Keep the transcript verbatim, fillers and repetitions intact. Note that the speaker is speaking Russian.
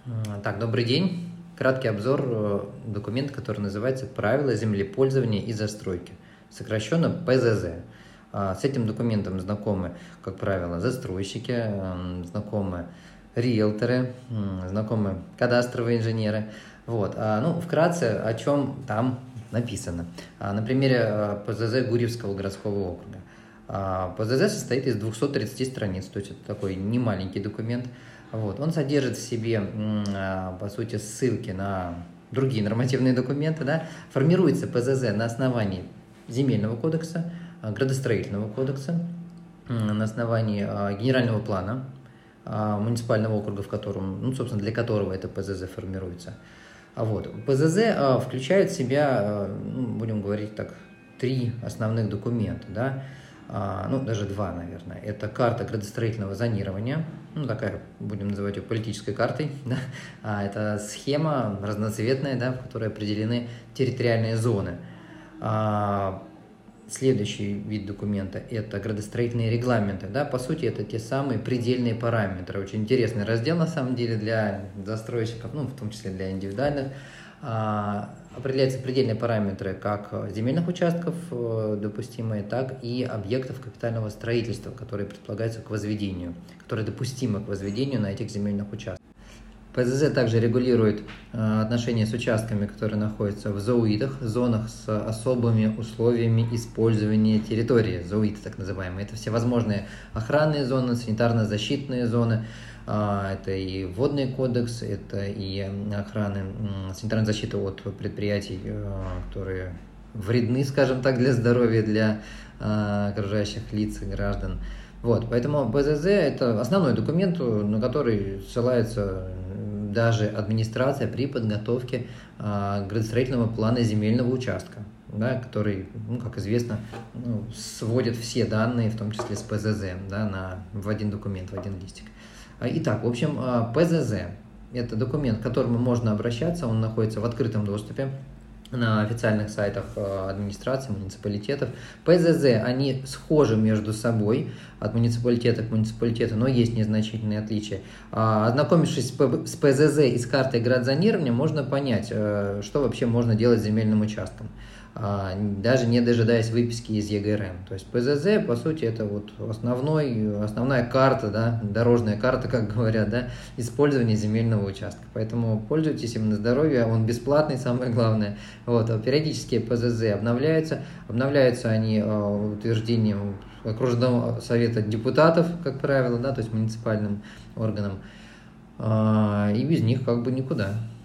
А, Так, добрый день. Краткий обзор э, документа, который называется «Правила землепользования и застройки», сокращенно П З З. А, С этим документом знакомы, как правило, застройщики, м, знакомы риэлторы, м, знакомы кадастровые инженеры. Вот. А, Ну, вкратце, о чем там написано. А, На примере э, П З З Гурьевского городского округа. А, П З З состоит из двухсот тридцати страниц, то есть это такой немаленький документ. Вот. Он содержит в себе, м, а, по сути, ссылки на другие нормативные документы. Да? Формируется П З З на основании Земельного кодекса, а, Градостроительного кодекса, м, на основании а, Генерального плана а, муниципального округа, в котором, ну, собственно, для которого это П З З формируется. А вот. П З З а, включает в себя, а, ну, будем говорить так, три основных документа, да, а, ну, даже два, наверное. Это карта градостроительного зонирования, ну, такая, будем называть ее политической картой, да, а, это схема разноцветная, да, в которой определены территориальные зоны. А, Следующий вид документа – это градостроительные регламенты. Да? По сути, это те самые предельные параметры. Очень интересный раздел, на самом деле, для застройщиков, ну, в том числе для индивидуальных. А, определяются предельные параметры как земельных участков э, допустимые, так и объектов капитального строительства, которые предполагаются к возведению, которые допустимы к возведению на этих земельных участках. П З З также регулирует э, отношения с участками, которые находятся в зоуидах, зонах с особыми условиями использования территории, зоуиды так называемые. Это всевозможные охранные зоны, санитарно-защитные зоны, э, это и водный кодекс, это и охраны, э, санитарная защита от предприятий, э, которые вредны, скажем так, для здоровья, для э, окружающих лиц и граждан. Вот, поэтому П З З – это основной документ, на который ссылается даже администрация при подготовке а, градостроительного плана земельного участка, да, который, ну, как известно, ну, сводит все данные, в том числе с П З З, да, на, в один документ, в один листик. Итак, в общем, П З З – это документ, к которому можно обращаться, он находится в открытом доступе на официальных сайтах администрации, муниципалитетов. П З З, они схожи между собой от муниципалитета к муниципалитету, но есть незначительные отличия. Ознакомившись с П З З и с картой градзонирования, можно понять, что вообще можно делать с земельным участком, даже не дожидаясь выписки из Е Г Р М. То есть П З З, по сути, это вот основной, основная карта, да, дорожная карта, как говорят, да, использования земельного участка. Поэтому пользуйтесь им на здоровье, он бесплатный, самое главное. Вот, периодически П З З обновляются, обновляются они утверждением окружного совета депутатов, как правило, да, то есть муниципальным органам, и без них как бы никуда.